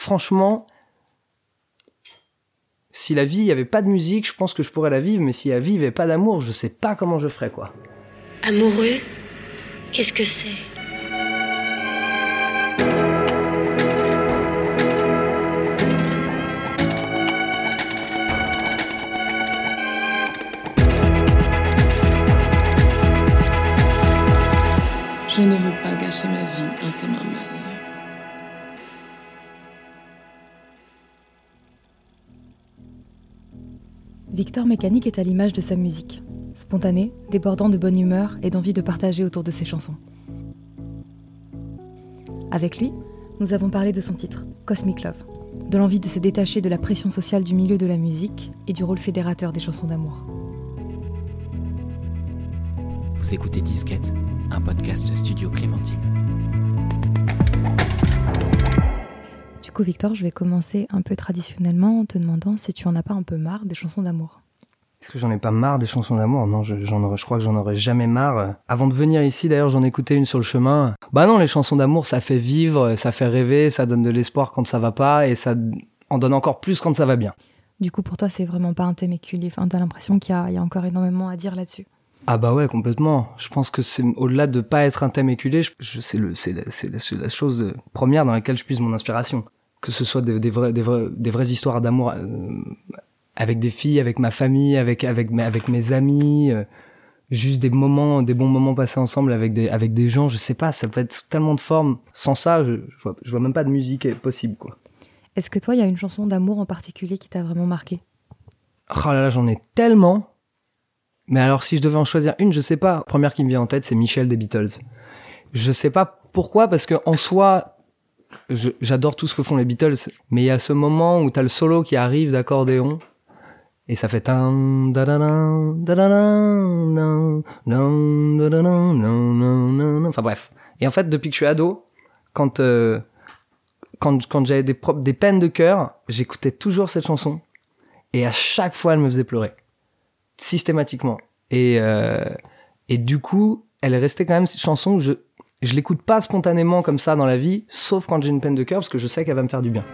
franchement, si la vie, il n'y avait pas de musique, je pense que je pourrais la vivre, mais si la vie, il n'y avait pas d'amour, je sais pas comment je ferais, quoi. Amoureux, qu'est-ce que c'est ? Je ne veux pas gâcher ma vie en t'aimant mal. Victor Mécanique est à l'image de sa musique, spontané, débordant de bonne humeur et d'envie de partager autour de ses chansons. Avec lui, nous avons parlé de son titre, Cosmic Love, de l'envie de se détacher de la pression sociale du milieu de la musique et du rôle fédérateur des chansons d'amour. Vous écoutez Disquette, un podcast Studio Clémentine. Du coup, Victor, je vais commencer un peu traditionnellement en te demandant si tu en as pas un peu marre des chansons d'amour. Est-ce que j'en ai pas marre des chansons d'amour ? Non, je crois que j'en aurais jamais marre. Avant de venir ici, d'ailleurs, j'en écoutais une sur le chemin. Bah non, les chansons d'amour, ça fait vivre, ça fait rêver, ça donne de l'espoir quand ça va pas, et ça en donne encore plus quand ça va bien. Du coup, pour toi, c'est vraiment pas un thème éculé. Enfin, t'as l'impression qu'il y a encore énormément à dire là-dessus. Ah bah ouais, complètement. Je pense que c'est au-delà de pas être un thème éculé, c'est la chose première dans laquelle je puise mon inspiration. Que ce soit des vraies histoires d'amour avec des filles, avec ma famille, avec mes amis, juste des bons moments passés ensemble avec des gens, je sais pas, ça peut être tellement de formes. Sans ça, je vois même pas de musique possible, quoi. Est-ce que toi, il y a une chanson d'amour en particulier qui t'a vraiment marqué ? Oh là là, j'en ai tellement. Mais alors, si je devais en choisir une, je sais pas. La première qui me vient en tête, c'est Michel des Beatles. Je sais pas pourquoi, parce que en soi, j'adore tout ce que font les Beatles, mais il y a ce moment où t'as le solo qui arrive d'accordéon, et ça fait enfin bref. Et en fait, depuis que je suis ado, quand j'avais des peines de cœur, j'écoutais toujours cette chanson, et à chaque fois, elle me faisait pleurer. Systématiquement. Et du coup, elle est restée quand même cette chanson où je l'écoute pas spontanément comme ça dans la vie, sauf quand j'ai une peine de cœur, parce que je sais qu'elle va me faire du bien.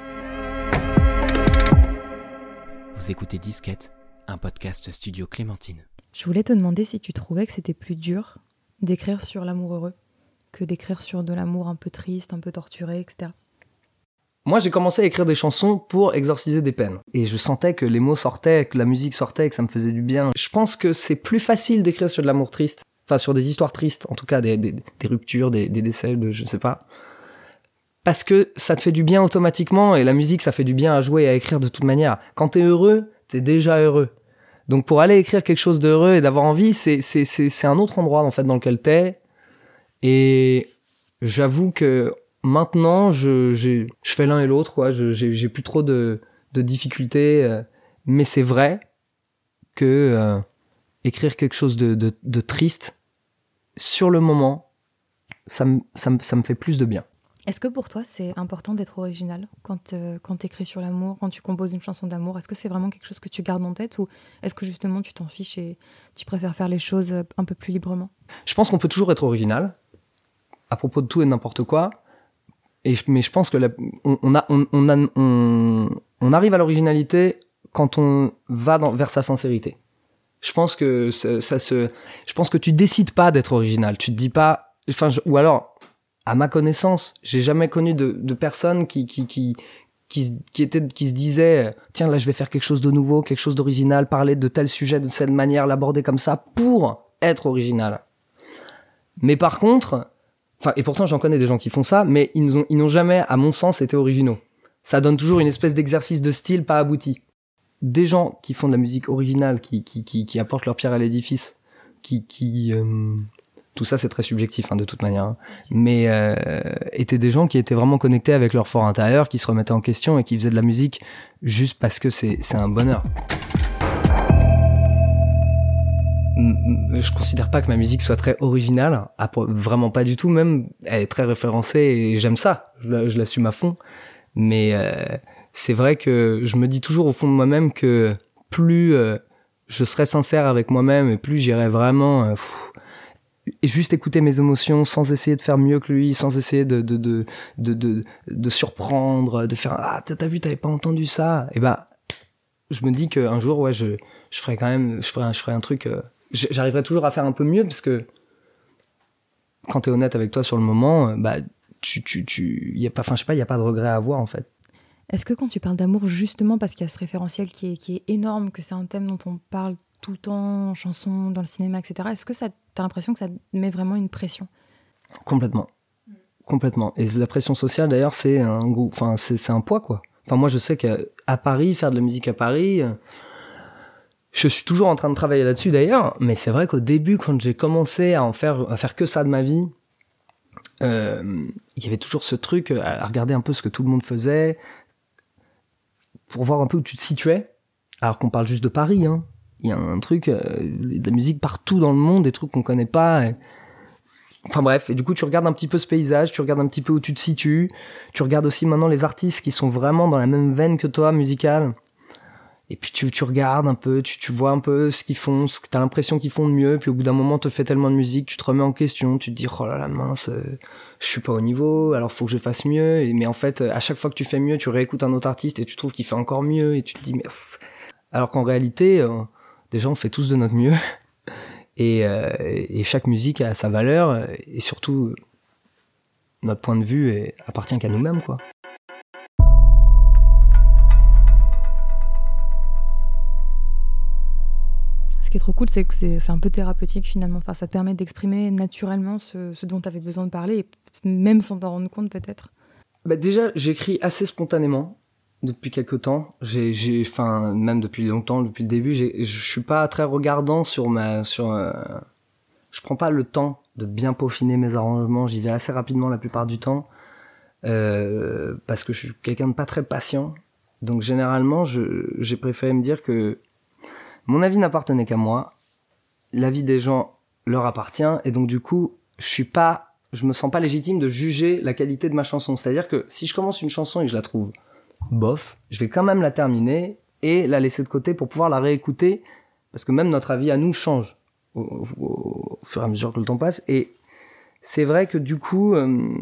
Vous écoutez Disquette, un podcast Studio Clémentine. Je voulais te demander si tu trouvais que c'était plus dur d'écrire sur l'amour heureux que d'écrire sur de l'amour un peu triste, un peu torturé, etc. Moi, j'ai commencé à écrire des chansons pour exorciser des peines. Et je sentais que les mots sortaient, que la musique sortait, que ça me faisait du bien. Je pense que c'est plus facile d'écrire sur de l'amour triste. Enfin, sur des histoires tristes, en tout cas, des ruptures, des décès, je sais pas. Parce que ça te fait du bien automatiquement, et la musique, ça fait du bien à jouer et à écrire de toute manière. Quand t'es heureux, t'es déjà heureux. Donc pour aller écrire quelque chose d'heureux et d'avoir envie, c'est un autre endroit, en fait, dans lequel t'es. Et j'avoue que maintenant, je fais l'un et l'autre, quoi. J'ai plus trop de difficultés, mais c'est vrai que écrire quelque chose de triste sur le moment, ça me fait plus de bien. Est-ce que pour toi, c'est important d'être original quand t'écris sur l'amour, quand tu composes une chanson d'amour ? Est-ce que c'est vraiment quelque chose que tu gardes en tête, ou est-ce que justement tu t'en fiches et tu préfères faire les choses un peu plus librement ? Je pense qu'on peut toujours être original à propos de tout et de n'importe quoi. Mais je pense que on arrive à l'originalité quand on va vers sa sincérité. Je pense que je pense que tu décides pas d'être original. Tu te dis pas, ou alors, à ma connaissance, j'ai jamais connu de personnes qui se disaient, tiens, là, je vais faire quelque chose de nouveau, quelque chose d'original, parler de tel sujet de cette manière, l'aborder comme ça pour être original. Mais par contre, et pourtant j'en connais des gens qui font ça, mais ils n'ont jamais, à mon sens, été originaux. Ça donne toujours une espèce d'exercice de style pas abouti. Des gens qui font de la musique originale, qui apportent leur pierre à l'édifice, tout ça c'est très subjectif, de toute manière, mais étaient des gens qui étaient vraiment connectés avec leur fort intérieur, qui se remettaient en question et qui faisaient de la musique juste parce que c'est un bonheur. Je considère pas que ma musique soit très originale, vraiment pas du tout, même elle est très référencée et j'aime ça, je l'assume à fond, mais c'est vrai que je me dis toujours au fond de moi-même que plus je serais sincère avec moi-même et plus j'irais vraiment et juste écouter mes émotions sans essayer de faire mieux que lui, sans essayer de surprendre, de faire ah t'as vu t'avais pas entendu ça, et bah je me dis qu'un jour ouais je ferai quand même je ferai un truc, j'arriverai toujours à faire un peu mieux, parce que quand t'es honnête avec toi sur le moment, bah y a pas, enfin je sais pas, y a pas de regret à avoir en fait. Est-ce que quand tu parles d'amour, justement parce qu'il y a ce référentiel qui est énorme, que c'est un thème dont on parle tout le temps en chanson, dans le cinéma, etc., est-ce que t'as l'impression que ça met vraiment une pression ? Complètement. Et la pression sociale d'ailleurs c'est un poids quoi. Enfin moi je sais qu'à Paris, faire de la musique à Paris, je suis toujours en train de travailler là-dessus d'ailleurs, mais c'est vrai qu'au début quand j'ai commencé à faire que ça de ma vie, il y avait toujours ce truc à regarder un peu ce que tout le monde faisait pour voir un peu où tu te situais, alors qu'on parle juste de Paris, hein. Il y a un truc, de la musique partout dans le monde, des trucs qu'on connaît pas. Enfin bref, et du coup tu regardes un petit peu ce paysage, tu regardes un petit peu où tu te situes, tu regardes aussi maintenant les artistes qui sont vraiment dans la même veine que toi, musicale. Et puis tu regardes un peu, tu vois un peu ce qu'ils font, ce que t'as l'impression qu'ils font de mieux, puis au bout d'un moment, te fais tellement de musique, tu te remets en question, tu te dis, oh là là, mince, je suis pas au niveau, alors faut que je fasse mieux, mais en fait, à chaque fois que tu fais mieux, tu réécoutes un autre artiste et tu trouves qu'il fait encore mieux, et tu te dis, mais pff. Alors qu'en réalité, déjà, on fait tous de notre mieux, et chaque musique a sa valeur, et surtout, notre point de vue appartient qu'à nous-mêmes, quoi. Ce qui est trop cool, c'est que c'est un peu thérapeutique finalement. Enfin, ça te permet d'exprimer naturellement ce dont tu avais besoin de parler, et même sans t'en rendre compte peut-être. Bah déjà, j'écris assez spontanément depuis quelques temps. Même depuis longtemps, depuis le début, je suis pas très regardant je prends pas le temps de bien peaufiner mes arrangements. J'y vais assez rapidement la plupart du temps, parce que je suis quelqu'un de pas très patient. Donc généralement, j'ai préféré me dire que mon avis n'appartenait qu'à moi, l'avis des gens leur appartient, et donc du coup, je me sens pas légitime de juger la qualité de ma chanson. C'est-à-dire que si je commence une chanson et que je la trouve bof, je vais quand même la terminer et la laisser de côté pour pouvoir la réécouter, parce que même notre avis à nous change au fur et à mesure que le temps passe. Et c'est vrai que du coup,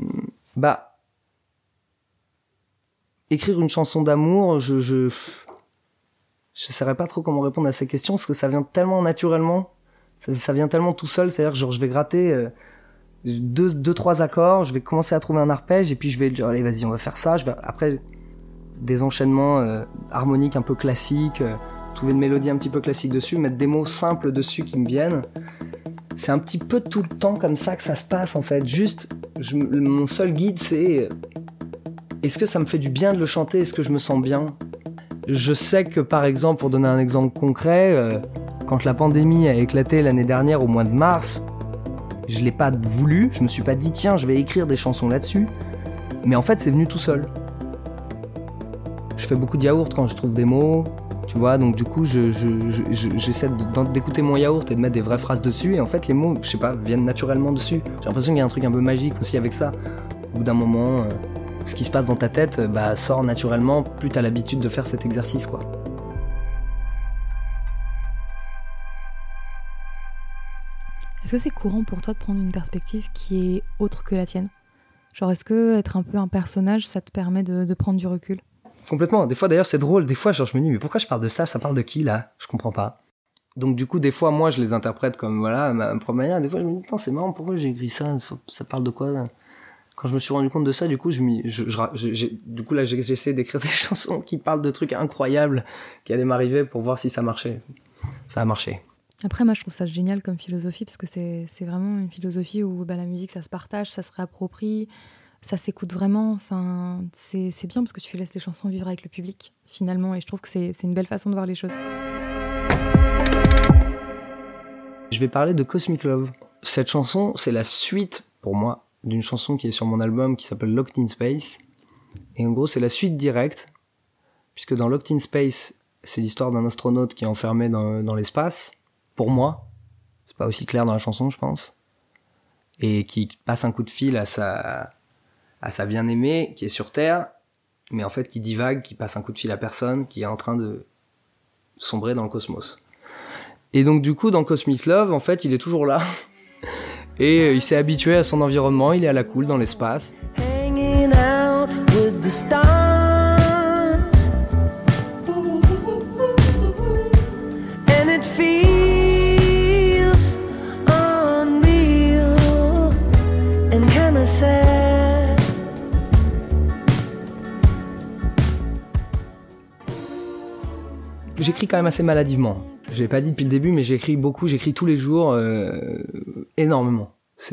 écrire une chanson d'amour, je saurais pas trop comment répondre à ces questions, parce que ça vient tellement naturellement, ça vient tellement tout seul. C'est-à-dire que genre, je vais gratter deux, trois accords, je vais commencer à trouver un arpège, et puis je vais dire, allez, vas-y, on va faire ça. Après, des enchaînements harmoniques un peu classiques, trouver une mélodie un petit peu classique dessus, mettre des mots simples dessus qui me viennent. C'est un petit peu tout le temps comme ça que ça se passe, en fait. Juste, mon seul guide, c'est est-ce que ça me fait du bien de le chanter, est-ce que je me sens bien ? Je sais que, par exemple, pour donner un exemple concret, quand la pandémie a éclaté l'année dernière au mois de mars, je l'ai pas voulu, je me suis pas dit tiens, je vais écrire des chansons là-dessus, mais en fait c'est venu tout seul. Je fais beaucoup de yaourt quand je trouve des mots, tu vois, donc du coup j'essaie d'écouter mon yaourt et de mettre des vraies phrases dessus, et en fait les mots, je sais pas, viennent naturellement dessus. J'ai l'impression qu'il y a un truc un peu magique aussi avec ça. Au bout d'un moment, ce qui se passe dans ta tête sort naturellement, plus t'as l'habitude de faire cet exercice, quoi. Est-ce que c'est courant pour toi de prendre une perspective qui est autre que la tienne ? Genre, est-ce que être un peu un personnage, ça te permet de prendre du recul ? Complètement. Des fois, d'ailleurs, c'est drôle. Des fois, genre, je me dis, mais pourquoi je parle de ça ? Ça parle de qui, là ? Je comprends pas. Donc, du coup, des fois, moi, je les interprète comme, voilà, ma propre manière. Des fois, je me dis, putain, c'est marrant, pourquoi j'ai écrit ça ? Ça parle de quoi ? Quand je me suis rendu compte de ça, du coup, j'essaie d'écrire des chansons qui parlent de trucs incroyables qui allaient m'arriver pour voir si ça marchait. Ça a marché. Après, moi, je trouve ça génial comme philosophie, parce que c'est vraiment une philosophie où la musique, ça se partage, ça se réapproprie, ça s'écoute vraiment. Enfin, c'est bien parce que tu laisses les chansons vivre avec le public, finalement, et je trouve que c'est une belle façon de voir les choses. Je vais parler de Cosmic Love. Cette chanson, c'est la suite, pour moi, d'une chanson qui est sur mon album qui s'appelle Locked in Space. Et en gros, c'est la suite directe, puisque dans Locked in Space, c'est l'histoire d'un astronaute qui est enfermé dans l'espace. Pour moi, c'est pas aussi clair dans la chanson, je pense, et qui passe un coup de fil à sa bien-aimée qui est sur Terre, mais en fait qui divague, qui passe un coup de fil à personne, qui est en train de sombrer dans le cosmos. Et donc du coup, dans Cosmic Love, en fait, il est toujours là, Et il s'est habitué à son environnement, il est à la cool dans l'espace. Hanging out with the stars. And it feels unreal and kinda sad. J'écris quand même assez maladivement. Je l'ai pas dit depuis le début, mais j'écris beaucoup, j'écris tous les jours, énormément.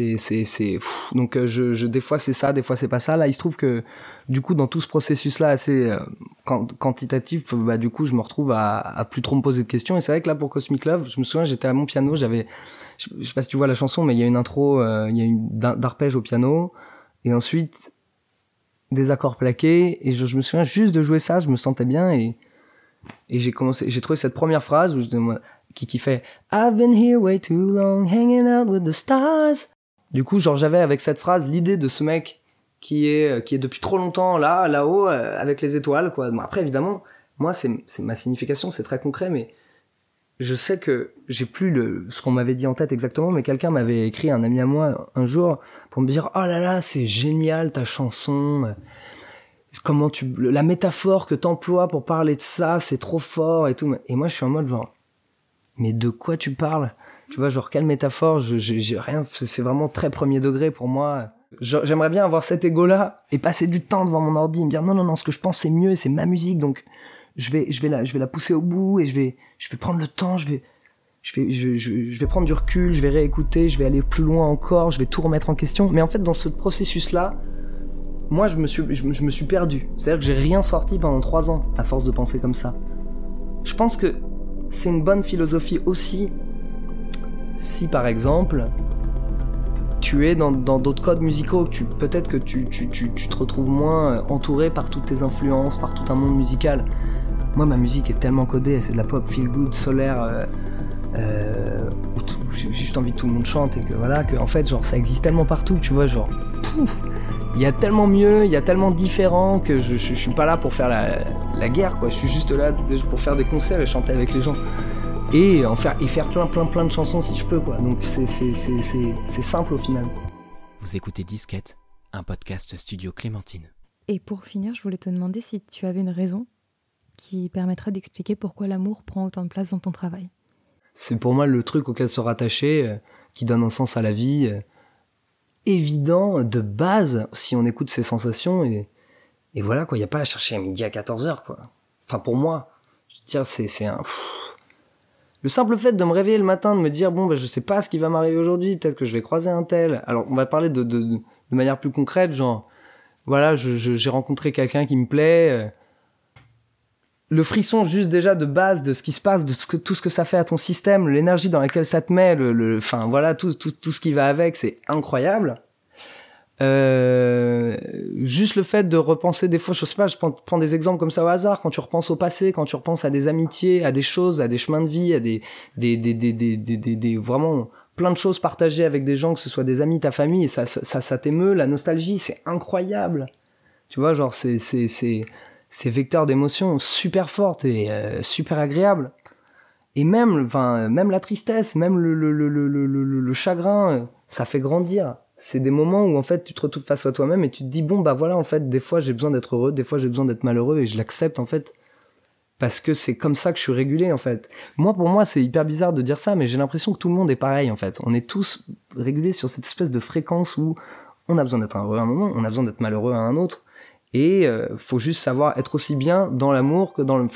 Donc des fois c'est ça, des fois c'est pas ça. Là, il se trouve que du coup dans tout ce processus-là assez quantitatif, bah du coup je me retrouve à plus trop me poser de questions. Et c'est vrai que là pour Cosmic Love, je me souviens, j'étais à mon piano, je sais pas si tu vois la chanson, mais il y a une intro, il y a d'arpège au piano, et ensuite des accords plaqués. Et je me souviens juste de jouer ça, je me sentais bien et j'ai trouvé cette première phrase où qui fait I've been here way too long, hanging out with the stars. Du coup, genre j'avais avec cette phrase l'idée de ce mec qui est depuis trop longtemps là-haut avec les étoiles quoi. Bon, après évidemment, moi c'est ma signification, c'est très concret, mais je sais que j'ai plus ce qu'on m'avait dit en tête exactement, mais quelqu'un m'avait écrit, un ami à moi un jour, pour me dire oh là là, c'est génial ta chanson. Comment la métaphore que t'emploies pour parler de ça, c'est trop fort et tout. Et moi, je suis en mode genre, mais de quoi tu parles? Tu vois, genre, quelle métaphore? J'ai rien, c'est vraiment très premier degré pour moi. J'aimerais bien avoir cet ego-là et passer du temps devant mon ordi et me dire non, ce que je pense c'est mieux et c'est ma musique, donc je vais la pousser au bout et je vais prendre le temps, je vais prendre du recul, je vais réécouter, je vais aller plus loin encore, je vais tout remettre en question. Mais en fait, dans ce processus-là, moi, je me suis perdu. C'est-à-dire que j'ai rien sorti pendant 3 ans, à force de penser comme ça. Je pense que c'est une bonne philosophie aussi, si par exemple, tu es dans d'autres codes musicaux, peut-être que tu te retrouves moins entouré par toutes tes influences, par tout un monde musical. Moi, ma musique est tellement codée, c'est de la pop feel good, solaire, où j'ai juste envie que tout le monde chante, et que voilà, que en fait, genre, ça existe tellement partout, tu vois, genre, pouf. Il y a tellement mieux, il y a tellement différent que je suis pas là pour faire la guerre, quoi. Je suis juste là pour faire des concerts et chanter avec les gens. Et faire plein de chansons si je peux, quoi. Donc c'est simple au final. Vous écoutez Disquette, un podcast Studio Clémentine. Et pour finir, je voulais te demander si tu avais une raison qui permettrait d'expliquer pourquoi l'amour prend autant de place dans ton travail. C'est pour moi le truc auquel se rattacher, qui donne un sens à la vie, évident, de base, si on écoute ses sensations, et voilà, quoi. Il n'y a pas à chercher à midi à 14h, quoi. Enfin, pour moi, je veux dire, c'est un... Le simple fait de me réveiller le matin, de me dire, bon, je sais pas ce qui va m'arriver aujourd'hui, peut-être que je vais croiser un tel. Alors, on va parler de manière plus concrète, genre, voilà, j'ai rencontré quelqu'un qui me plaît. Le frisson juste déjà de base de ce qui se passe, tout ce que ça fait à ton système, l'énergie dans laquelle ça te met, enfin voilà, tout ce qui va avec, c'est incroyable. Juste le fait de repenser des fois, je sais pas, je prends des exemples comme ça au hasard, quand tu repenses au passé, quand tu repenses à des amitiés, à des choses, à des chemins de vie, à des vraiment plein de choses partagées avec des gens, que ce soit des amis, ta famille, et ça t'émeut, la nostalgie, c'est incroyable. Tu vois, genre c'est vecteur d'émotions super fortes et super agréables. Et même la tristesse, même le chagrin, ça fait grandir. C'est des moments où en fait tu te retrouves face à toi-même et tu te dis bon bah voilà, en fait des fois j'ai besoin d'être heureux, des fois j'ai besoin d'être malheureux, et je l'accepte en fait parce que c'est comme ça que je suis régulé en fait. Pour moi c'est hyper bizarre de dire ça, mais j'ai l'impression que tout le monde est pareil en fait. On est tous régulés sur cette espèce de fréquence où on a besoin d'être heureux à un moment, on a besoin d'être malheureux à un autre. Et faut juste savoir être aussi bien dans l'amour que dans le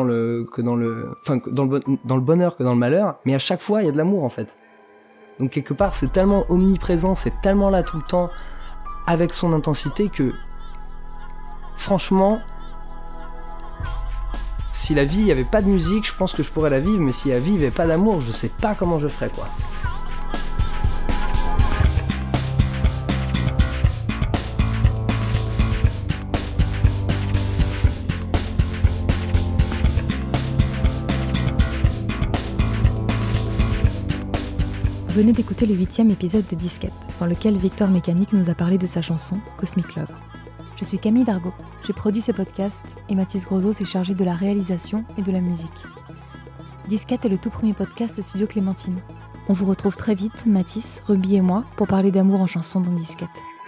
bonheur que dans le malheur, mais à chaque fois il y a de l'amour en fait. Donc quelque part c'est tellement omniprésent, c'est tellement là tout le temps avec son intensité que franchement, si la vie il y avait pas de musique, je pense que je pourrais la vivre, mais si la vie il y avait pas d'amour, je sais pas comment je ferais, quoi. Vous venez d'écouter le 8e épisode de Disquette, dans lequel Victor Mécanique nous a parlé de sa chanson Cosmic Love. Je suis Camille Dargaud, j'ai produit ce podcast et Mathis Grosot s'est chargé de la réalisation et de la musique. Disquette est le tout premier podcast Studio Clémentine. On vous retrouve très vite, Mathis, Ruby et moi, pour parler d'amour en chanson dans Disquette.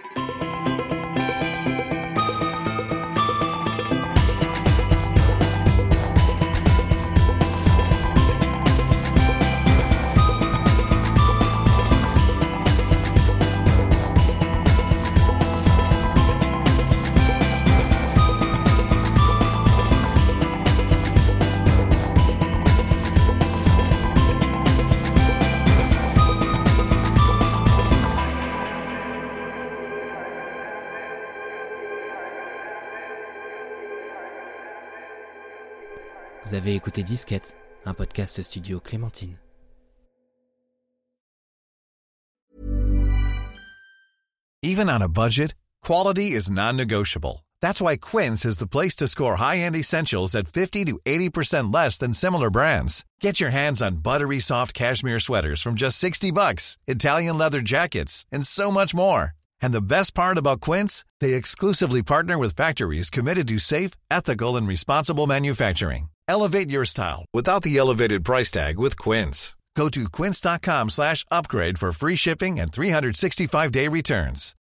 Vous avez écouté Disquette, un podcast studio Clémentine. Even on a budget, quality is non-negotiable. That's why Quince is the place to score high-end essentials at 50 to 80% less than similar brands. Get your hands on buttery soft cashmere sweaters from just $60, Italian leather jackets, and so much more. And the best part about Quince, they exclusively partner with factories committed to safe, ethical, and responsible manufacturing. Elevate your style without the elevated price tag with Quince. Go to quince.com/upgrade for free shipping and 365-day returns.